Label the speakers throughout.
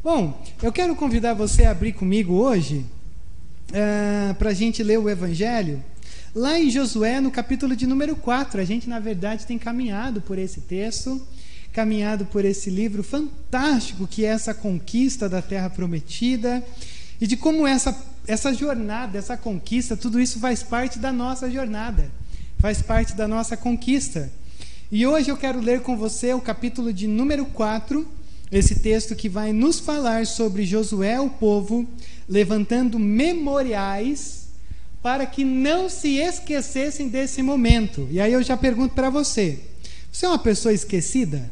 Speaker 1: Bom, eu quero convidar você a abrir comigo hoje para a gente ler o Evangelho lá em Josué, no capítulo de número 4. A gente, na verdade, tem caminhado por esse texto, caminhado por esse livro fantástico que é essa conquista da Terra Prometida, e de como essa jornada, essa conquista, tudo isso faz parte da nossa jornada, faz parte da nossa conquista. E hoje eu quero ler com você o capítulo de número 4, esse texto que vai nos falar sobre Josué, o povo, levantando memoriais para que não se esquecessem desse momento. E aí eu já pergunto para você: você é uma pessoa esquecida?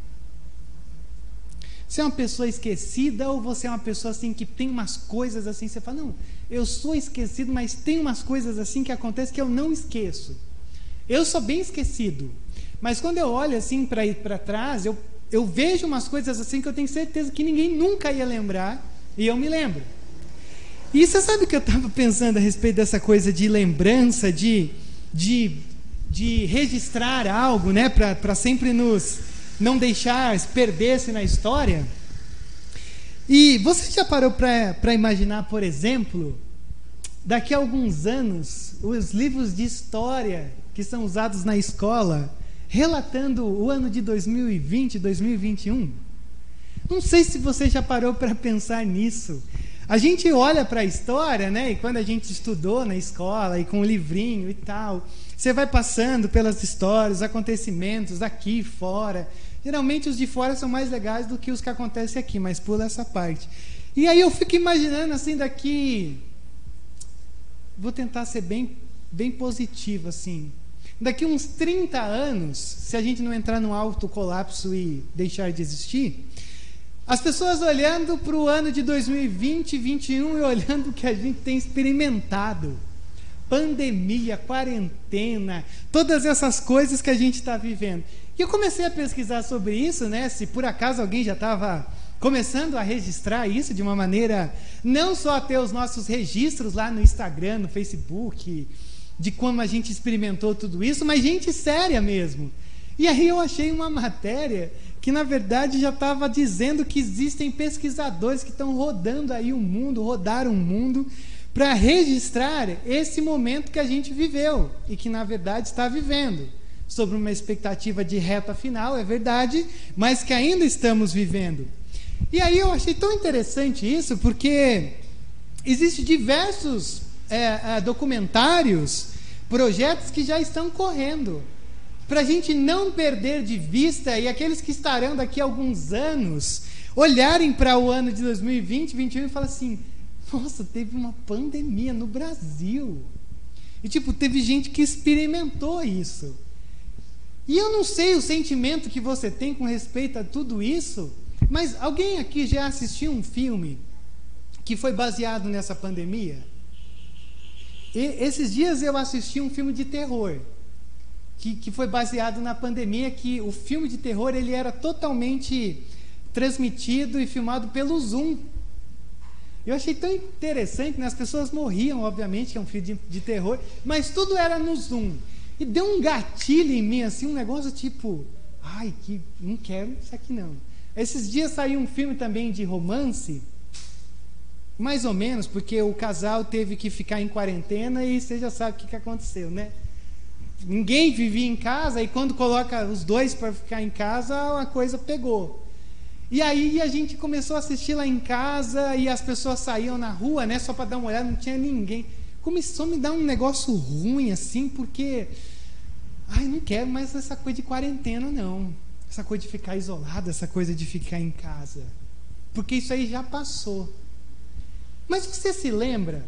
Speaker 1: Você é uma pessoa esquecida ou você é uma pessoa assim que tem umas coisas assim, você fala, não, eu sou esquecido, mas tem umas coisas assim que acontecem que eu não esqueço. Eu sou bem esquecido, mas quando eu olho assim para ir para trás, eu vejo umas coisas assim que eu tenho certeza que ninguém nunca ia lembrar, e eu me lembro. E você sabe o que eu estava pensando a respeito dessa coisa de lembrança, de registrar algo, né, para sempre nos não deixar perder-se na história? E você já parou para imaginar, por exemplo, daqui a alguns anos, os livros de história que são usados na escola, relatando o ano de 2020, 2021? Não sei se você já parou para pensar nisso. A gente olha para a história, né? E quando a gente estudou na escola, e com o livrinho e tal, você vai passando pelas histórias, acontecimentos aqui e fora. Geralmente os de fora são mais legais do que os que acontecem aqui, mas pula essa parte. E aí eu fico imaginando assim, daqui... Vou tentar ser bem positivo, assim. Daqui uns 30 anos, se a gente não entrar num autocolapso e deixar de existir, as pessoas olhando para o ano de 2020, 2021 e olhando o que a gente tem experimentado, pandemia, quarentena, todas essas coisas que a gente está vivendo. E eu comecei a pesquisar sobre isso, né? Se por acaso alguém já estava começando a registrar isso de uma maneira, não só ter os nossos registros lá no Instagram, no Facebook, de como a gente experimentou tudo isso, mas gente séria mesmo. E aí eu achei uma matéria que na verdade já estava dizendo que existem pesquisadores que estão rodando aí o mundo, rodaram o mundo, para registrar esse momento que a gente viveu e que na verdade está vivendo, sobre uma expectativa de reta final, é verdade, mas que ainda estamos vivendo. E aí eu achei tão interessante isso, porque existem diversos documentários, projetos que já estão correndo, para a gente não perder de vista, e aqueles que estarão daqui a alguns anos olharem para o ano de 2020, 2021 e falar assim, nossa, teve uma pandemia no Brasil, e teve gente que experimentou isso. E eu não sei o sentimento que você tem com respeito a tudo isso, mas alguém aqui já assistiu um filme que foi baseado nessa pandemia? E esses dias eu assisti um filme de terror que foi baseado na pandemia, que o filme de terror ele era totalmente transmitido e filmado pelo Zoom. Eu achei tão interessante, né? As pessoas morriam, obviamente, que é um filme de terror, mas tudo era no Zoom. E deu um gatilho em mim, assim, um negócio tipo, ai, que não quero isso aqui não. Esses dias saiu um filme também de romance, mais ou menos, porque o casal teve que ficar em quarentena e você já sabe o que aconteceu, né? Ninguém vivia em casa e quando coloca os dois para ficar em casa, a coisa pegou. E aí a gente começou a assistir lá em casa e as pessoas saíam na rua, né, só para dar uma olhada, não tinha ninguém. Começou a me dar um negócio ruim assim, porque não quero mais essa coisa de quarentena não. Essa coisa de ficar isolado, essa coisa de ficar em casa. Porque isso aí já passou. Mas você se lembra?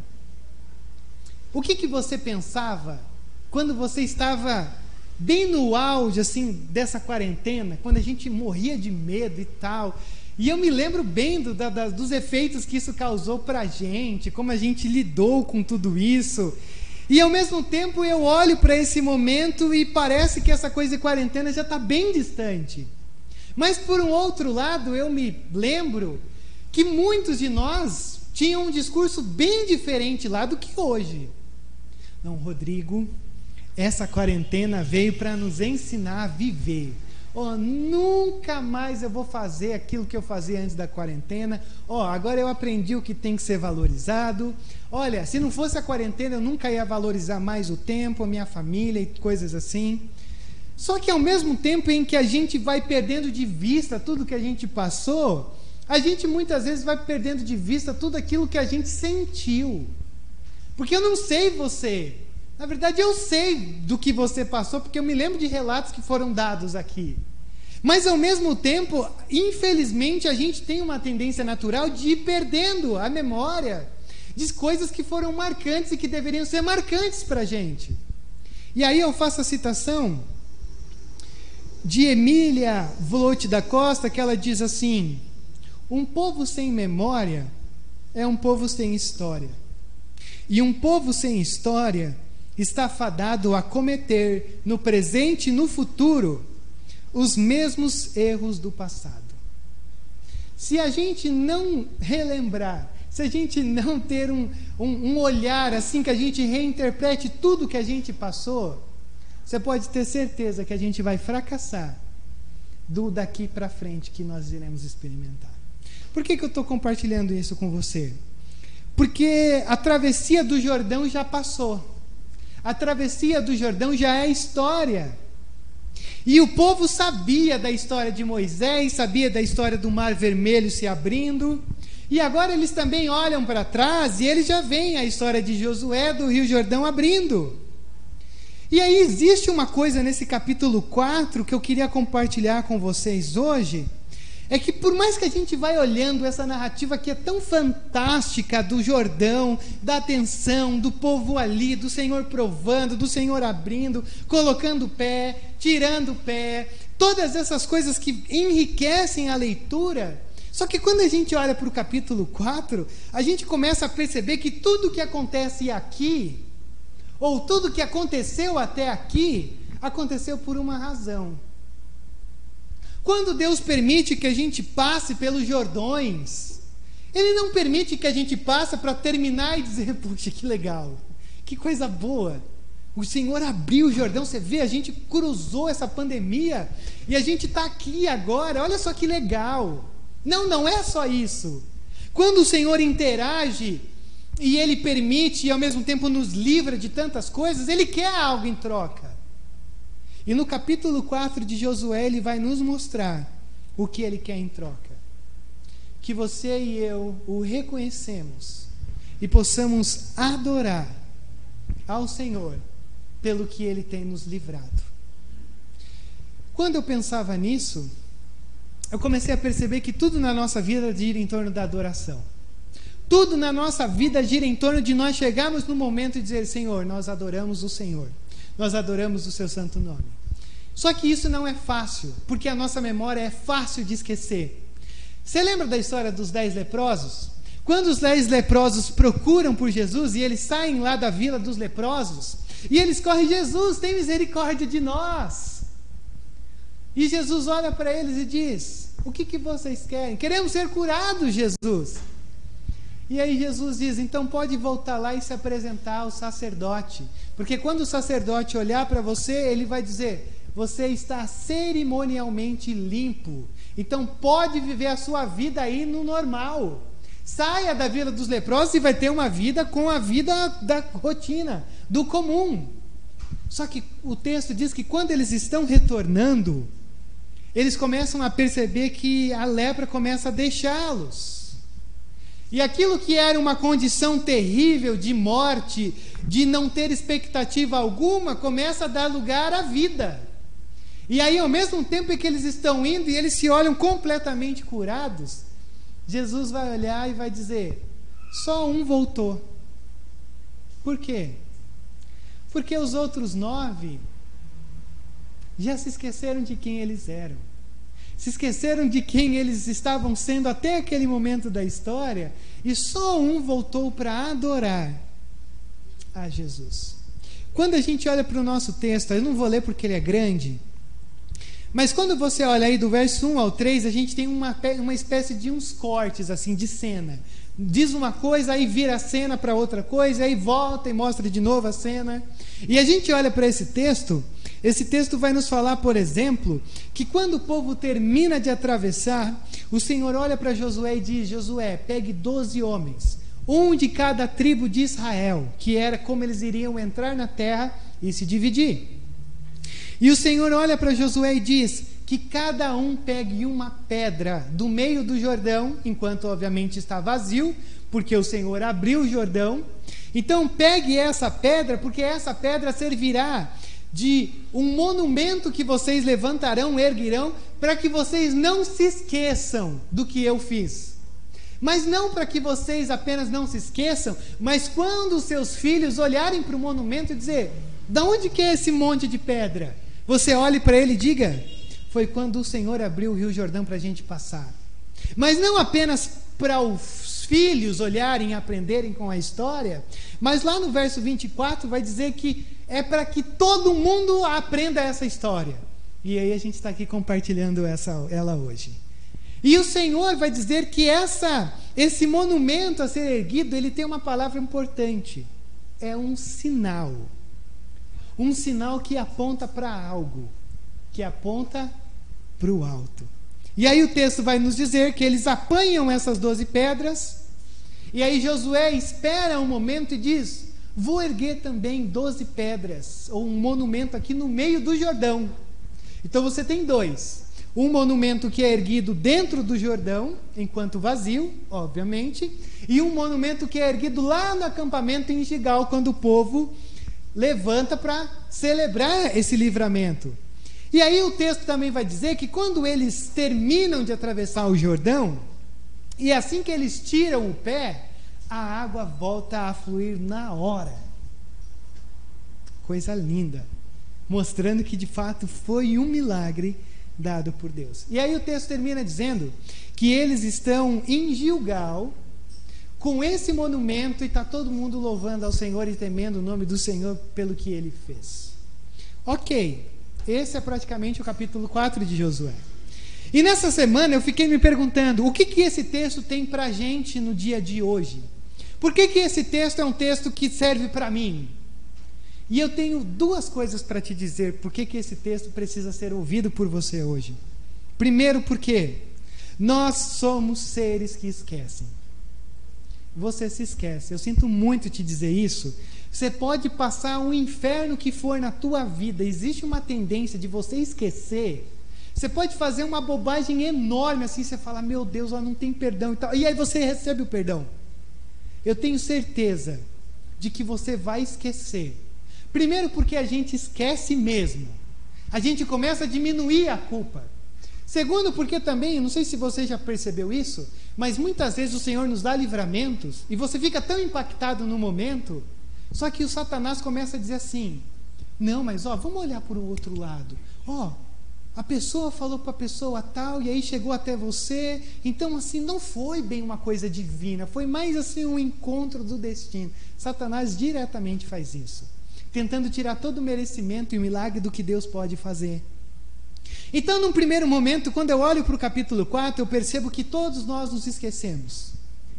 Speaker 1: O que você pensava quando você estava bem no auge assim, dessa quarentena, quando a gente morria de medo e tal? E eu me lembro bem dos efeitos que isso causou para a gente, como a gente lidou com tudo isso. E ao mesmo tempo eu olho para esse momento e parece que essa coisa de quarentena já está bem distante. Mas por um outro lado eu me lembro que muitos de nós tinham um discurso bem diferente lá do que hoje. Não, Rodrigo, essa quarentena veio para nos ensinar a viver. Nunca mais eu vou fazer aquilo que eu fazia antes da quarentena. Agora eu aprendi o que tem que ser valorizado. Olha, se não fosse a quarentena, eu nunca ia valorizar mais o tempo, a minha família e coisas assim. Só que ao mesmo tempo em que a gente vai perdendo de vista tudo que a gente passou, a gente muitas vezes vai perdendo de vista tudo aquilo que a gente sentiu. Porque eu não sei você. Na verdade, eu sei do que você passou, porque eu me lembro de relatos que foram dados aqui. Mas, ao mesmo tempo, infelizmente, a gente tem uma tendência natural de ir perdendo a memória de coisas que foram marcantes e que deveriam ser marcantes para a gente. E aí eu faço a citação de Emília Vlote da Costa, que ela diz assim: um povo sem memória é um povo sem história. E um povo sem história está fadado a cometer no presente e no futuro os mesmos erros do passado. Se a gente não relembrar, se a gente não ter um olhar assim que a gente reinterprete tudo que a gente passou, você pode ter certeza que a gente vai fracassar daqui para frente que nós iremos experimentar. Por que eu estou compartilhando isso com você? Porque a travessia do Jordão já passou. A travessia do Jordão já é história. E o povo sabia da história de Moisés, sabia da história do Mar Vermelho se abrindo. E agora eles também olham para trás e eles já veem a história de Josué do Rio Jordão abrindo. E aí existe uma coisa nesse capítulo 4 que eu queria compartilhar com vocês hoje. É que por mais que a gente vai olhando essa narrativa que é tão fantástica do Jordão, da atenção, do povo ali, do Senhor provando, do Senhor abrindo, colocando o pé, tirando o pé, todas essas coisas que enriquecem a leitura. Só que quando a gente olha para o capítulo 4, a gente começa a perceber que tudo que acontece aqui, ou tudo que aconteceu até aqui, aconteceu por uma razão. Quando Deus permite que a gente passe pelos Jordões, Ele não permite que a gente passe para terminar e dizer: puxa, que legal, que coisa boa, o Senhor abriu o Jordão. Você vê, a gente cruzou essa pandemia e a gente está aqui agora, olha só que legal. Não é só isso. Quando o Senhor interage e Ele permite e ao mesmo tempo nos livra de tantas coisas, Ele quer algo em troca. E no capítulo 4 de Josué, Ele vai nos mostrar o que Ele quer em troca. Que você e eu o reconhecemos e possamos adorar ao Senhor pelo que Ele tem nos livrado. Quando eu pensava nisso, eu comecei a perceber que tudo na nossa vida gira em torno da adoração. Tudo na nossa vida gira em torno de nós chegarmos no momento e dizer: Senhor, nós adoramos o Senhor. Nós adoramos o seu santo nome. Só que isso não é fácil, porque a nossa memória é fácil de esquecer. Você lembra da história dos 10 leprosos? Quando os 10 leprosos procuram por Jesus e eles saem lá da vila dos leprosos, e eles correm: Jesus, tem misericórdia de nós. E Jesus olha para eles e diz: o que vocês querem? Queremos ser curados, Jesus. E aí Jesus diz: então pode voltar lá e se apresentar ao sacerdote, porque quando o sacerdote olhar para você, ele vai dizer: você está cerimonialmente limpo, então pode viver a sua vida aí no normal. Saia da vila dos leprosos e vai ter uma vida com a vida da rotina, do comum. Só que o texto diz que quando eles estão retornando, eles começam a perceber que a lepra começa a deixá-los. E aquilo que era uma condição terrível de morte, de não ter expectativa alguma, começa a dar lugar à vida. E aí, ao mesmo tempo em que eles estão indo e eles se olham completamente curados, Jesus vai olhar e vai dizer: só um voltou. Por quê? Porque os outros 9 já se esqueceram de quem eles eram. Se esqueceram de quem eles estavam sendo até aquele momento da história, e só um voltou para adorar a Jesus. Quando a gente olha para o nosso texto, eu não vou ler porque ele é grande, mas quando você olha aí do verso 1 ao 3, a gente tem uma espécie de uns cortes assim de cena. Diz uma coisa, aí vira a cena para outra coisa, aí volta e mostra de novo a cena. E a gente olha para esse texto esse texto vai nos falar, por exemplo, que quando o povo termina de atravessar, o Senhor olha para Josué e diz: Josué, pegue 12 homens, um de cada tribo de Israel, que era como eles iriam entrar na terra e se dividir. E o Senhor olha para Josué e diz que cada um pegue uma pedra do meio do Jordão, enquanto obviamente está vazio, porque o Senhor abriu o Jordão. Então pegue essa pedra, porque essa pedra servirá de um monumento que vocês levantarão, erguerão, para que vocês não se esqueçam do que eu fiz. Mas não para que vocês apenas não se esqueçam, mas quando os seus filhos olharem para o monumento e dizer: da onde que é esse monte de pedra? Você olhe para ele e diga: foi quando o Senhor abriu o Rio Jordão para a gente passar. Mas não apenas para os filhos olharem e aprenderem com a história, mas lá no verso 24 vai dizer que é para que todo mundo aprenda essa história. E aí a gente está aqui compartilhando ela hoje. E o Senhor vai dizer que esse monumento a ser erguido, ele tem uma palavra importante. É um sinal. Um sinal que aponta para algo, que aponta para o alto. E aí o texto vai nos dizer que eles apanham essas 12 pedras, e aí Josué espera um momento e diz: vou erguer também 12 pedras, ou um monumento aqui no meio do Jordão. Então você tem dois: um monumento que é erguido dentro do Jordão, enquanto vazio, obviamente, e um monumento que é erguido lá no acampamento em Gigal, quando o povo levanta para celebrar esse livramento. E aí o texto também vai dizer que quando eles terminam de atravessar o Jordão, e assim que eles tiram o pé, a água volta a fluir na hora. Coisa linda, mostrando que de fato foi um milagre dado por Deus. E aí o texto termina dizendo que eles estão em Gilgal com esse monumento, e está todo mundo louvando ao Senhor e temendo o nome do Senhor pelo que ele fez. Ok, esse é praticamente o capítulo 4 de Josué. E nessa semana eu fiquei me perguntando: o que esse texto tem para a gente no dia de hoje? Por que esse texto é um texto que serve para mim? E eu tenho duas coisas para te dizer por que esse texto precisa ser ouvido por você hoje. Primeiro, porque nós somos seres que esquecem. Você se esquece. Eu sinto muito te dizer isso. Você pode passar o inferno que for na tua vida, existe uma tendência de você esquecer. Você pode fazer uma bobagem enorme assim, você fala: meu Deus, não tem perdão e tal, e aí você recebe o perdão. Eu tenho certeza de que você vai esquecer. Primeiro, porque a gente esquece mesmo. A gente começa a diminuir a culpa. Segundo, porque também, não sei se você já percebeu isso, mas muitas vezes o Senhor nos dá livramentos e você fica tão impactado no momento, só que o Satanás começa a dizer assim: não, mas vamos olhar para o outro lado. A pessoa falou para a pessoa tal, e aí chegou até você, então assim, não foi bem uma coisa divina, foi mais assim um encontro do destino. Satanás diretamente faz isso, tentando tirar todo o merecimento e o milagre do que Deus pode fazer. Então, num primeiro momento, quando eu olho para o capítulo 4, eu percebo que todos nós nos esquecemos.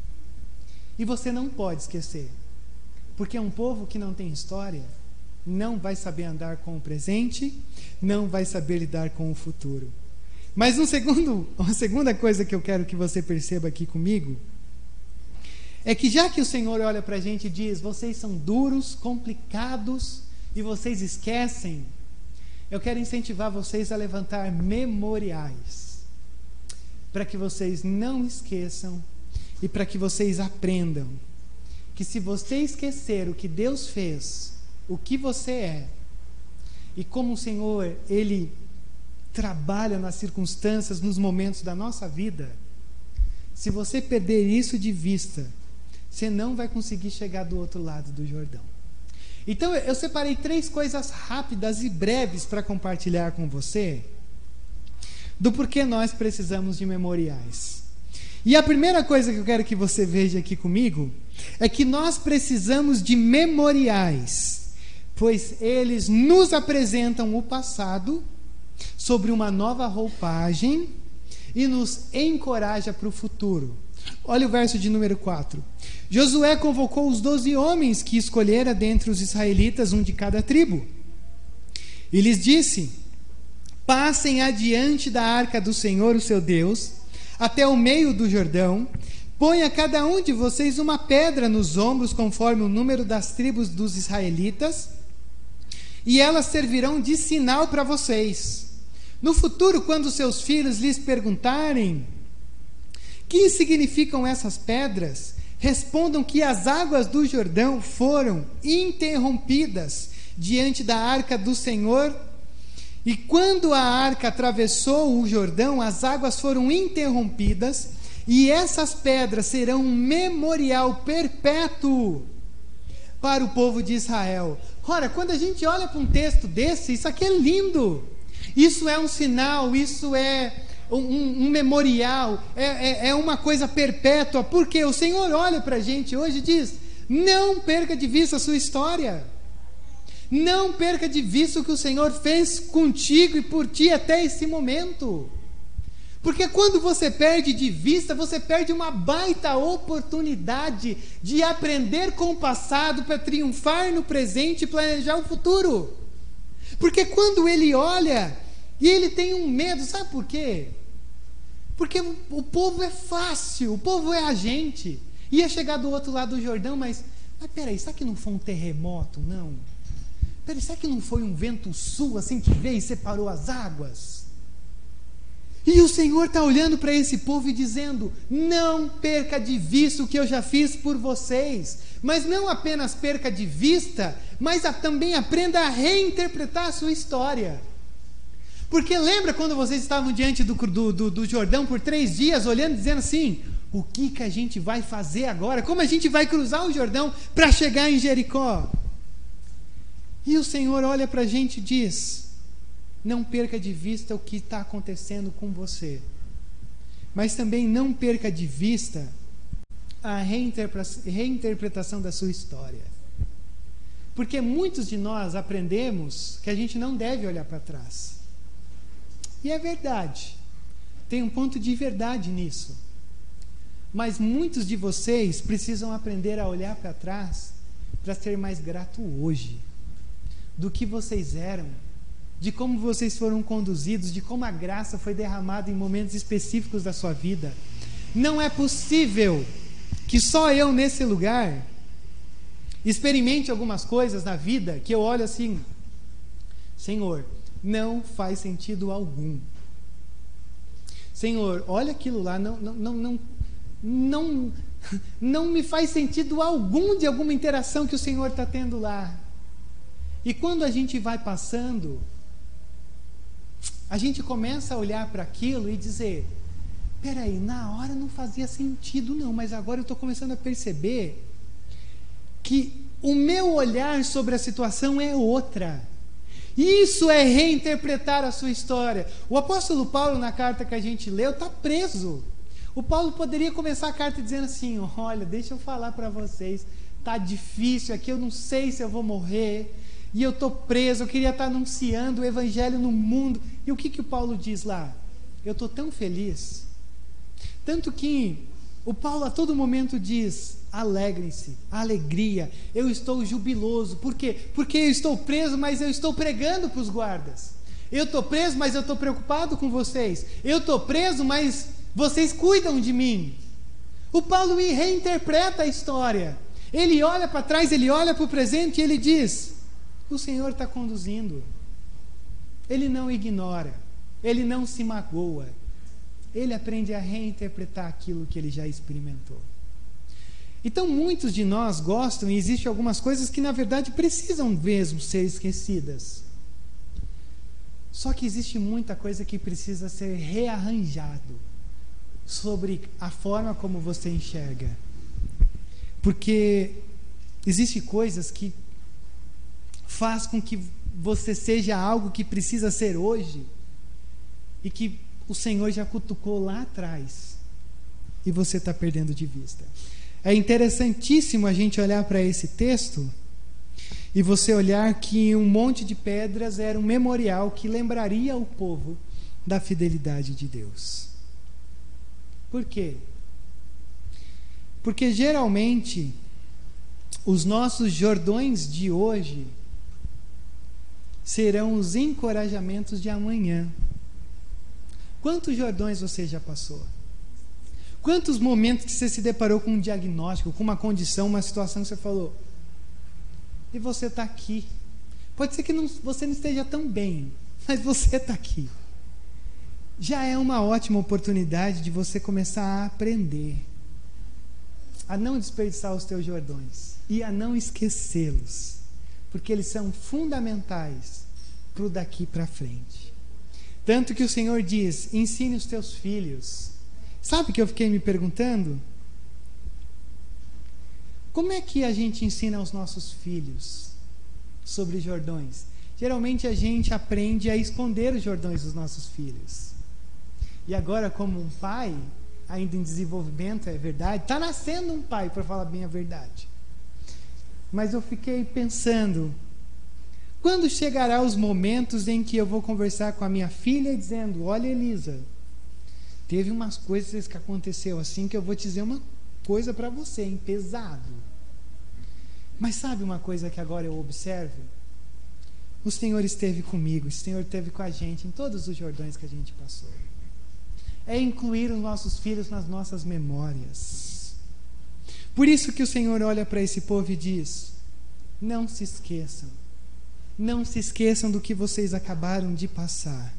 Speaker 1: E você não pode esquecer, porque um povo que não tem história não vai saber andar com o presente, não vai saber lidar com o futuro. Mas uma segunda coisa que eu quero que você perceba aqui comigo é que, já que o Senhor olha para a gente e diz: vocês são duros, complicados e vocês esquecem, eu quero incentivar vocês a levantar memoriais, para que vocês não esqueçam e para que vocês aprendam que, se você esquecer o que Deus fez, o que você é, e como o Senhor, Ele trabalha nas circunstâncias, nos momentos da nossa vida, se você perder isso de vista, você não vai conseguir chegar do outro lado do Jordão. Então eu separei 3 coisas rápidas e breves para compartilhar com você do porquê nós precisamos de memoriais. E a primeira coisa que eu quero que você veja aqui comigo é que nós precisamos de memoriais, pois eles nos apresentam o passado sobre uma nova roupagem e nos encoraja para o futuro. Olha o verso de número 4. Josué convocou os 12 homens que escolhera dentre os israelitas, um de cada tribo. E lhes disse: passem adiante da arca do Senhor, o seu Deus, até o meio do Jordão. Ponha cada um de vocês uma pedra nos ombros, conforme o número das tribos dos israelitas, e elas servirão de sinal para vocês. No futuro, quando seus filhos lhes perguntarem: que significam essas pedras? Respondam que as águas do Jordão foram interrompidas diante da arca do Senhor, e quando a arca atravessou o Jordão, as águas foram interrompidas, e essas pedras serão um memorial perpétuo para o povo de Israel. Ora, quando a gente olha para um texto desse, isso aqui é lindo. Isso é um sinal, isso é um memorial, é uma coisa perpétua, porque o Senhor olha para a gente hoje e diz: não perca de vista a sua história. Não perca de vista o que o Senhor fez contigo e por ti até esse momento. Porque quando você perde de vista, você perde uma baita oportunidade de aprender com o passado para triunfar no presente e planejar o futuro. Porque quando ele olha e ele tem um medo, sabe por quê? Porque o povo é fácil, o povo é a gente. Ia chegar do outro lado do Jordão, mas peraí, será que não foi um terremoto? Não. Peraí, será que não foi um vento sul assim que veio e separou as águas? E o Senhor está olhando para esse povo e dizendo: não perca de vista o que eu já fiz por vocês. Mas não apenas perca de vista, mas também aprenda a reinterpretar a sua história. Porque lembra quando vocês estavam diante do Jordão por 3 dias, olhando e dizendo assim: o que a gente vai fazer agora? Como a gente vai cruzar o Jordão para chegar em Jericó? E o Senhor olha para a gente e diz: não perca de vista o que está acontecendo com você, mas também não perca de vista a reinterpretação da sua história. Porque muitos de nós aprendemos que a gente não deve olhar para trás. E é verdade, tem um ponto de verdade nisso. Mas muitos de vocês precisam aprender a olhar para trás para ser mais grato hoje do que vocês eram, de como vocês foram conduzidos, de como a graça foi derramada em momentos específicos da sua vida. Não é possível que só eu nesse lugar experimente algumas coisas na vida que eu olho assim: Senhor, não faz sentido algum. Senhor, olha aquilo lá, não me faz sentido algum de alguma interação que o Senhor está tendo lá. E quando a gente vai passando, a gente começa a olhar para aquilo e dizer: peraí, na hora não fazia sentido não, mas agora eu estou começando a perceber que o meu olhar sobre a situação é outra. Isso é reinterpretar a sua história. O apóstolo Paulo, na carta que a gente leu, está preso. O Paulo poderia começar a carta dizendo assim: olha, deixa eu falar para vocês, está difícil aqui, eu não sei se eu vou morrer, e eu estou preso, eu queria estar anunciando o evangelho no mundo. E o que o Paulo diz lá? Eu estou tão feliz. Tanto que o Paulo a todo momento diz: alegrem-se, alegria, eu estou jubiloso. Por quê? Porque eu estou preso, mas eu estou pregando para os guardas. Eu estou preso, mas eu estou preocupado com vocês. Eu estou preso, mas vocês cuidam de mim. O Paulo reinterpreta a história. Ele olha para trás, ele olha para o presente e ele diz: o Senhor está conduzindo. Ele não ignora, ele não se magoa. Ele aprende a reinterpretar aquilo que ele já experimentou. Então muitos de nós gostam, e existem algumas coisas que na verdade precisam mesmo ser esquecidas. Só que existe muita coisa que precisa ser rearranjado sobre a forma como você enxerga. Porque existem coisas que faz com que você seja algo que precisa ser hoje e que o Senhor já cutucou lá atrás e você está perdendo de vista. É interessantíssimo a gente olhar para esse texto e você olhar que um monte de pedras era um memorial que lembraria o povo da fidelidade de Deus. Por quê? Porque geralmente os nossos Jordões de hoje serão os encorajamentos de amanhã. Quantos Jordões você já passou? Quantos momentos que você se deparou com um diagnóstico, com uma condição, uma situação que você falou, e você está aqui. Pode ser que você não esteja tão bem, mas você está aqui. Já é uma ótima oportunidade de você começar a aprender a não desperdiçar os teus Jordões e a não esquecê-los, porque eles são fundamentais para o daqui para frente. Tanto que o Senhor diz: ensine os teus filhos. Sabe o que eu fiquei me perguntando? Como é que a gente ensina aos nossos filhos sobre Jordões? Geralmente a gente aprende a esconder os Jordões dos nossos filhos. E agora, como um pai, ainda em desenvolvimento, é verdade, está nascendo um pai, para falar bem a verdade. Mas eu fiquei pensando, quando chegará os momentos em que eu vou conversar com a minha filha dizendo: olha, Elisa, teve umas coisas que aconteceu assim que eu vou te dizer uma coisa para você, hein, pesado. Mas sabe uma coisa que agora eu observo? O Senhor esteve comigo, o Senhor esteve com a gente em todos os Jordões que a gente passou. É incluir os nossos filhos nas nossas memórias. Por isso que o Senhor olha para esse povo e diz: não se esqueçam. Não se esqueçam do que vocês acabaram de passar.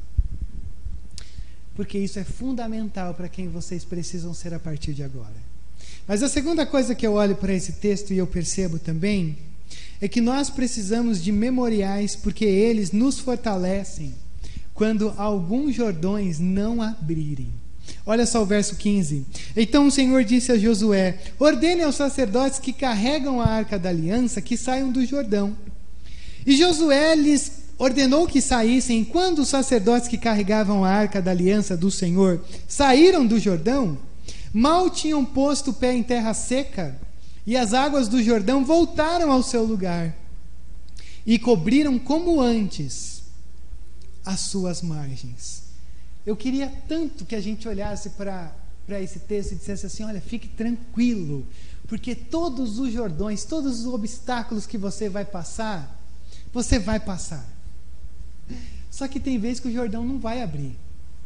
Speaker 1: Porque isso é fundamental para quem vocês precisam ser a partir de agora. Mas a segunda coisa que eu olho para esse texto e eu percebo também é que nós precisamos de memoriais, porque eles nos fortalecem quando alguns Jordões não abrirem. Olha só o verso 15. Então o Senhor disse a Josué: ordene aos sacerdotes que carregam a arca da aliança que saiam do Jordão. E Josué lhes ordenou que saíssem. E quando os sacerdotes que carregavam a arca da aliança do Senhor saíram do Jordão, mal tinham posto o pé em terra seca, e as águas do Jordão voltaram ao seu lugar e cobriram como antes as suas margens. Eu queria tanto que a gente olhasse para esse texto e dissesse assim: olha, fique tranquilo, porque todos os Jordões, todos os obstáculos que você vai passar, você vai passar. Só que tem vezes que o Jordão não vai abrir.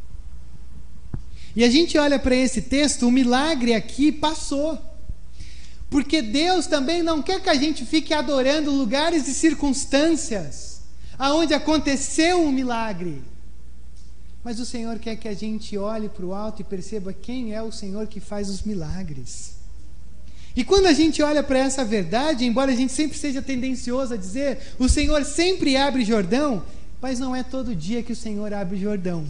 Speaker 1: E a gente olha para esse texto, o milagre aqui passou. Porque Deus também não quer que a gente fique adorando lugares e circunstâncias aonde aconteceu um milagre. Mas o Senhor quer que a gente olhe para o alto e perceba quem é o Senhor que faz os milagres. E quando a gente olha para essa verdade, embora a gente sempre seja tendencioso a dizer: o Senhor sempre abre Jordão, mas não é todo dia que o Senhor abre Jordão.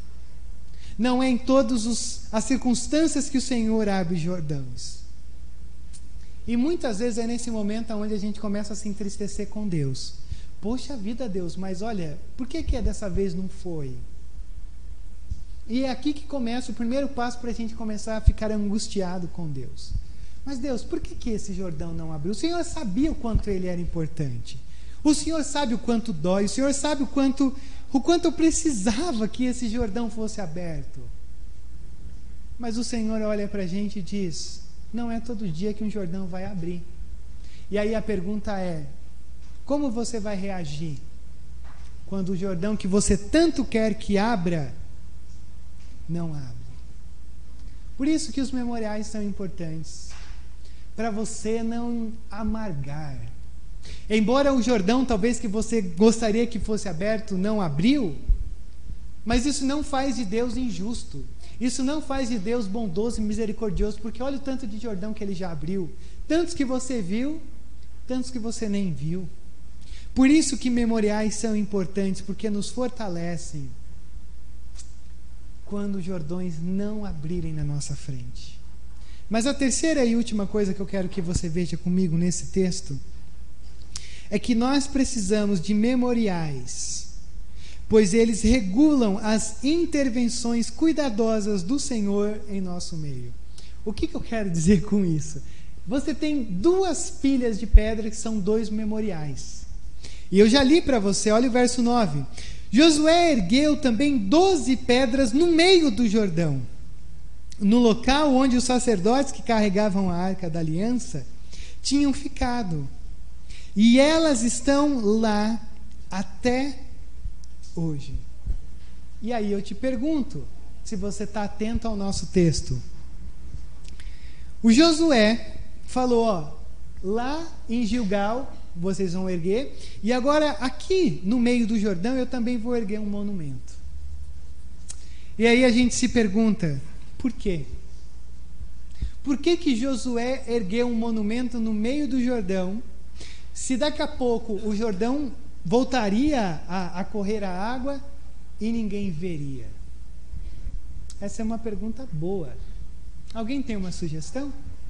Speaker 1: Não é em todas as circunstâncias que o Senhor abre Jordões. E muitas vezes é nesse momento onde a gente começa a se entristecer com Deus. Poxa vida, Deus, mas olha, por que dessa vez não foi? E é aqui que começa o primeiro passo para a gente começar a ficar angustiado com Deus. Mas Deus, por que esse Jordão não abriu? O Senhor sabia o quanto ele era importante. O Senhor sabe o quanto dói. O Senhor sabe o quanto eu precisava que esse Jordão fosse aberto. Mas o Senhor olha para a gente e diz: não é todo dia que um Jordão vai abrir. E aí a pergunta é: como você vai reagir quando o Jordão que você tanto quer que abra não abre? Por isso que os memoriais são importantes, para você não amargar. Embora o Jordão, talvez que você gostaria que fosse aberto, não abriu, mas isso não faz de Deus injusto. Isso não faz de Deus bondoso e misericordioso, porque olha o tanto de Jordão que ele já abriu. Tantos que você viu, tantos que você nem viu. Por isso que memoriais são importantes, porque nos fortalecem quando os Jordões não abrirem na nossa frente. Mas a terceira e última coisa que eu quero que você veja comigo nesse texto é que nós precisamos de memoriais, pois eles regulam as intervenções cuidadosas do Senhor em nosso meio. O que eu quero dizer com isso? Você tem 2 pilhas de pedra que são 2 memoriais. E eu já li para você, olha o verso 9. Josué ergueu também 12 pedras no meio do Jordão, no local onde os sacerdotes que carregavam a arca da aliança tinham ficado. E elas estão lá até hoje. E aí eu te pergunto, se você está atento ao nosso texto. O Josué falou, ó, lá em Gilgal vocês vão erguer, e agora aqui no meio do Jordão eu também vou erguer um monumento. E aí a gente se pergunta, por quê? Por que que Josué ergueu um monumento no meio do Jordão, se daqui a pouco o Jordão voltaria a correr a água e ninguém veria? Essa é uma pergunta boa. Alguém tem uma sugestão?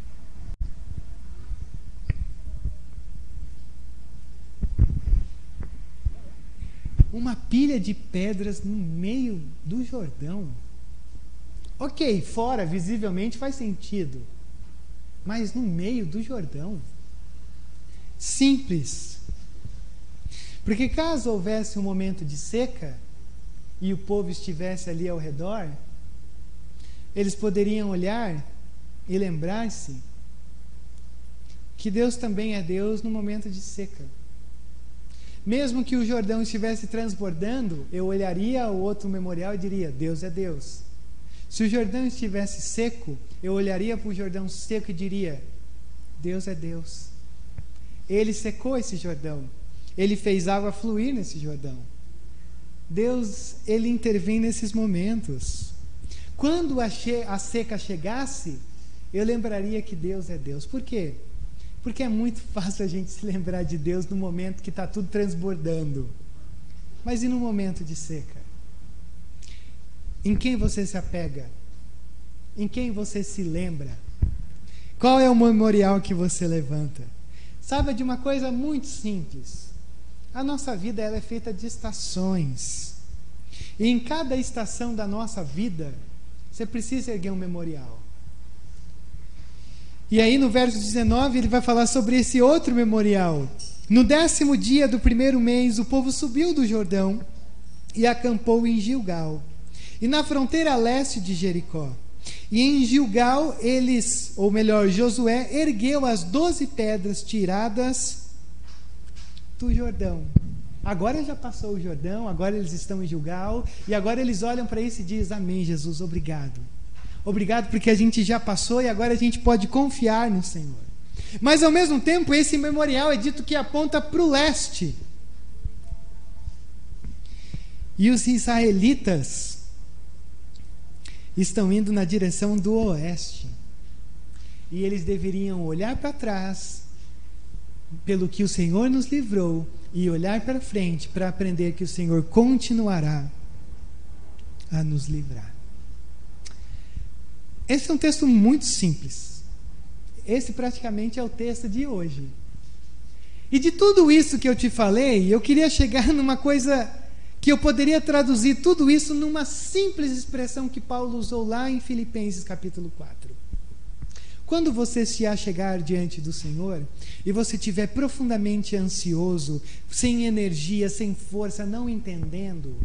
Speaker 1: Uma pilha de pedras no meio do Jordão. Ok, fora, visivelmente faz sentido. Mas no meio do Jordão? Simples. Porque caso houvesse um momento de seca e o povo estivesse ali ao redor, eles poderiam olhar e lembrar-se que Deus também é Deus no momento de seca. Mesmo que o Jordão estivesse transbordando, eu olharia o outro memorial e diria, Deus é Deus. Se o Jordão estivesse seco, eu olharia para o Jordão seco e diria, Deus é Deus. Ele secou esse Jordão. Ele fez água fluir nesse Jordão. Deus, Ele intervém nesses momentos. Quando a seca chegasse, eu lembraria que Deus é Deus. Por quê? Porque é muito fácil a gente se lembrar de Deus no momento que está tudo transbordando. Mas e no momento de seca? Em quem você se apega? Em quem você se lembra? Qual é o memorial que você levanta? Sabe de uma coisa muito simples. A nossa vida ela é feita de estações. E em cada estação da nossa vida, você precisa erguer um memorial. E aí no verso 19 ele vai falar sobre esse outro memorial. No 10º dia do 1º mês, o povo subiu do Jordão e acampou em Gilgal, e na fronteira leste de Jericó. E em Gilgal Josué ergueu as 12 pedras tiradas do Jordão. Agora já passou o Jordão, agora eles estão em Gilgal, e agora eles olham para isso e dizem, amém, Jesus, obrigado. Obrigado porque a gente já passou e agora a gente pode confiar no Senhor. Mas ao mesmo tempo, esse memorial é dito que aponta para o leste. E os israelitas estão indo na direção do oeste. E eles deveriam olhar para trás, pelo que o Senhor nos livrou, e olhar para frente para aprender que o Senhor continuará a nos livrar. Esse é um texto muito simples. Esse praticamente é o texto de hoje. E de tudo isso que eu te falei, eu queria chegar numa coisa que eu poderia traduzir tudo isso numa simples expressão que Paulo usou lá em Filipenses capítulo 4. Quando você se achegar diante do Senhor e você estiver profundamente ansioso, sem energia, sem força, não entendendo,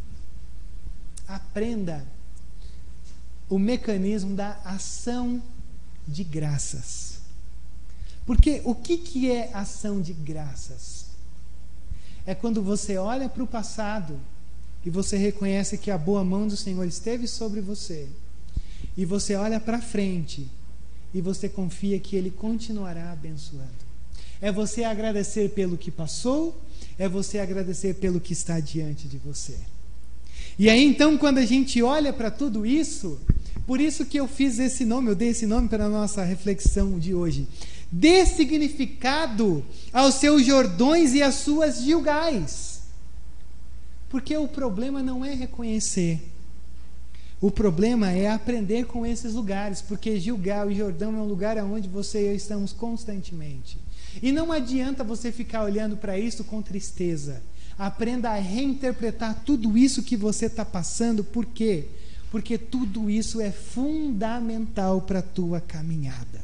Speaker 1: aprenda o mecanismo da ação de graças. Porque o que é ação de graças? É quando você olha para o passado e você reconhece que a boa mão do Senhor esteve sobre você, e você olha para frente e você confia que Ele continuará abençoando. É você agradecer pelo que passou, é você agradecer pelo que está diante de você. E aí então, quando a gente olha para tudo isso, por isso que eu dei esse nome para a nossa reflexão de hoje. Dê significado aos seus Jordões e às suas Gilgais. Porque o problema não é reconhecer. O problema é aprender com esses lugares, porque Gilgal e Jordão é um lugar onde você e eu estamos constantemente. E não adianta você ficar olhando para isso com tristeza. Aprenda a reinterpretar tudo isso que você está passando. Por quê? Porque tudo isso é fundamental para a tua caminhada.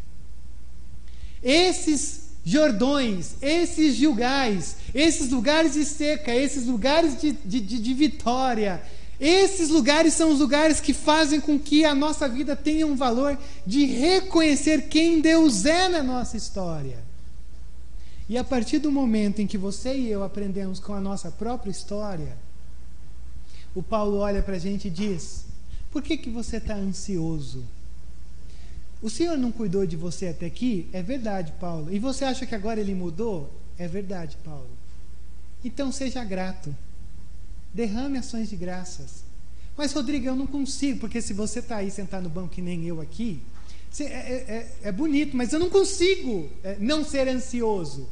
Speaker 1: Esses Jordões, esses Gilgais, esses lugares de seca, esses lugares de vitória, esses lugares são os lugares que fazem com que a nossa vida tenha um valor de reconhecer quem Deus é na nossa história. E a partir do momento em que você e eu aprendemos com a nossa própria história, o Paulo olha para a gente e diz: por que você está ansioso? O Senhor não cuidou de você até aqui? É verdade, Paulo. E você acha que agora Ele mudou? É verdade, Paulo. Então seja grato. Derrame ações de graças. Mas, Rodrigo, eu não consigo, porque se você está aí sentado no banco que nem eu aqui, é bonito, mas eu não consigo não ser ansioso.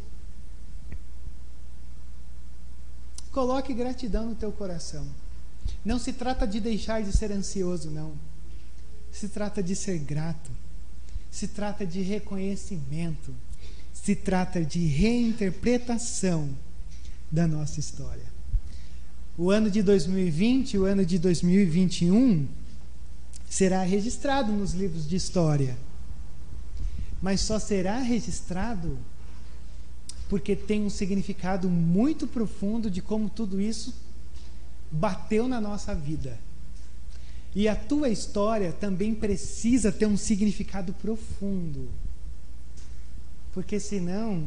Speaker 1: Coloque gratidão no teu coração. Não se trata de deixar de ser ansioso, não. Se trata de ser grato. Se trata de reconhecimento. Se trata de reinterpretação da nossa história. O ano de 2020, o ano de 2021, será registrado nos livros de história. Mas só será registrado porque tem um significado muito profundo de como tudo isso bateu na nossa vida. E a tua história também precisa ter um significado profundo. Porque senão,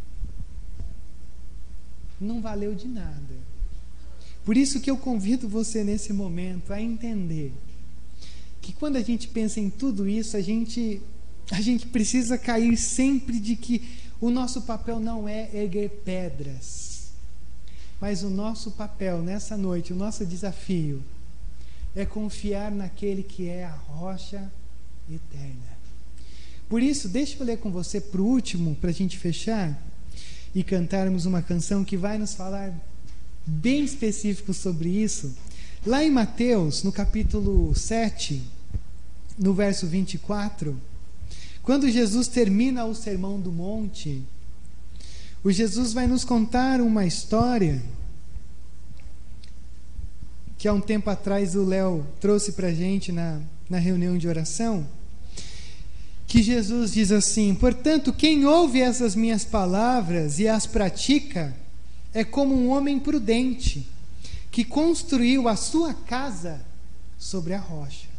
Speaker 1: não valeu de nada. Por isso que eu convido você nesse momento a entender que quando a gente pensa em tudo isso, a gente precisa cair sempre de que o nosso papel não é erguer pedras, mas o nosso papel nessa noite, o nosso desafio é confiar naquele que é a rocha eterna. Por isso, deixa eu ler com você para o último, para a gente fechar e cantarmos uma canção que vai nos falar bem específico sobre isso. Lá em Mateus, no capítulo 7, no verso 24, quando Jesus termina o Sermão do Monte, o Jesus vai nos contar uma história que há um tempo atrás o Léo trouxe para a gente na reunião de oração, que Jesus diz assim: portanto, quem ouve essas minhas palavras e as pratica é como um homem prudente que construiu a sua casa sobre a rocha.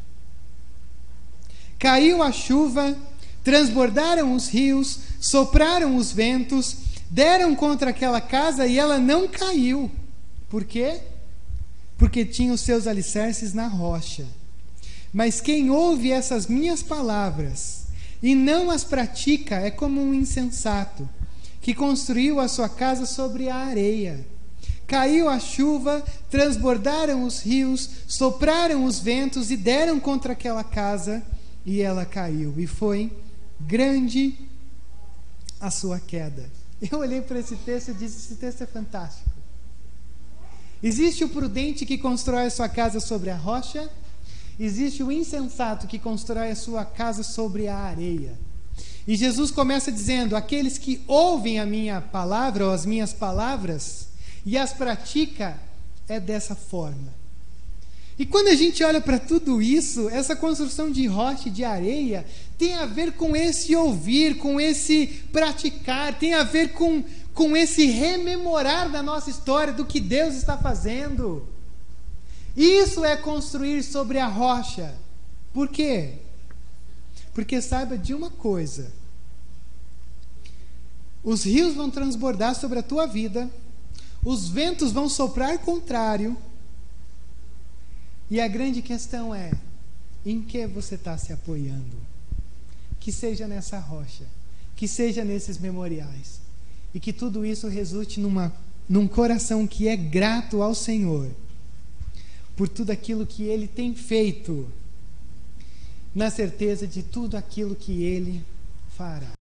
Speaker 1: Caiu a chuva, transbordaram os rios, sopraram os ventos, deram contra aquela casa e ela não caiu. Por quê? Porque tinha os seus alicerces na rocha. Mas quem ouve essas minhas palavras e não as pratica é como um insensato que construiu a sua casa sobre a areia. Caiu a chuva, transbordaram os rios, sopraram os ventos e deram contra aquela casa e ela caiu. E foi grande a sua queda. Eu olhei para esse texto e disse: esse texto é fantástico. Existe o prudente que constrói a sua casa sobre a rocha, existe o insensato que constrói a sua casa sobre a areia. E Jesus começa dizendo: aqueles que ouvem a minha palavra ou as minhas palavras e as pratica, é dessa forma. E quando a gente olha para tudo isso, essa construção de rocha e de areia tem a ver com esse ouvir, com esse praticar, tem a ver com esse rememorar da nossa história, do que Deus está fazendo. Isso é construir sobre a rocha. Por quê? Porque saiba de uma coisa: os rios vão transbordar sobre a tua vida, os ventos vão soprar contrário, e a grande questão é: em que você está se apoiando? Que seja nessa rocha, que seja nesses memoriais, e que tudo isso resulte num coração que é grato ao Senhor por tudo aquilo que Ele tem feito, na certeza de tudo aquilo que Ele fará.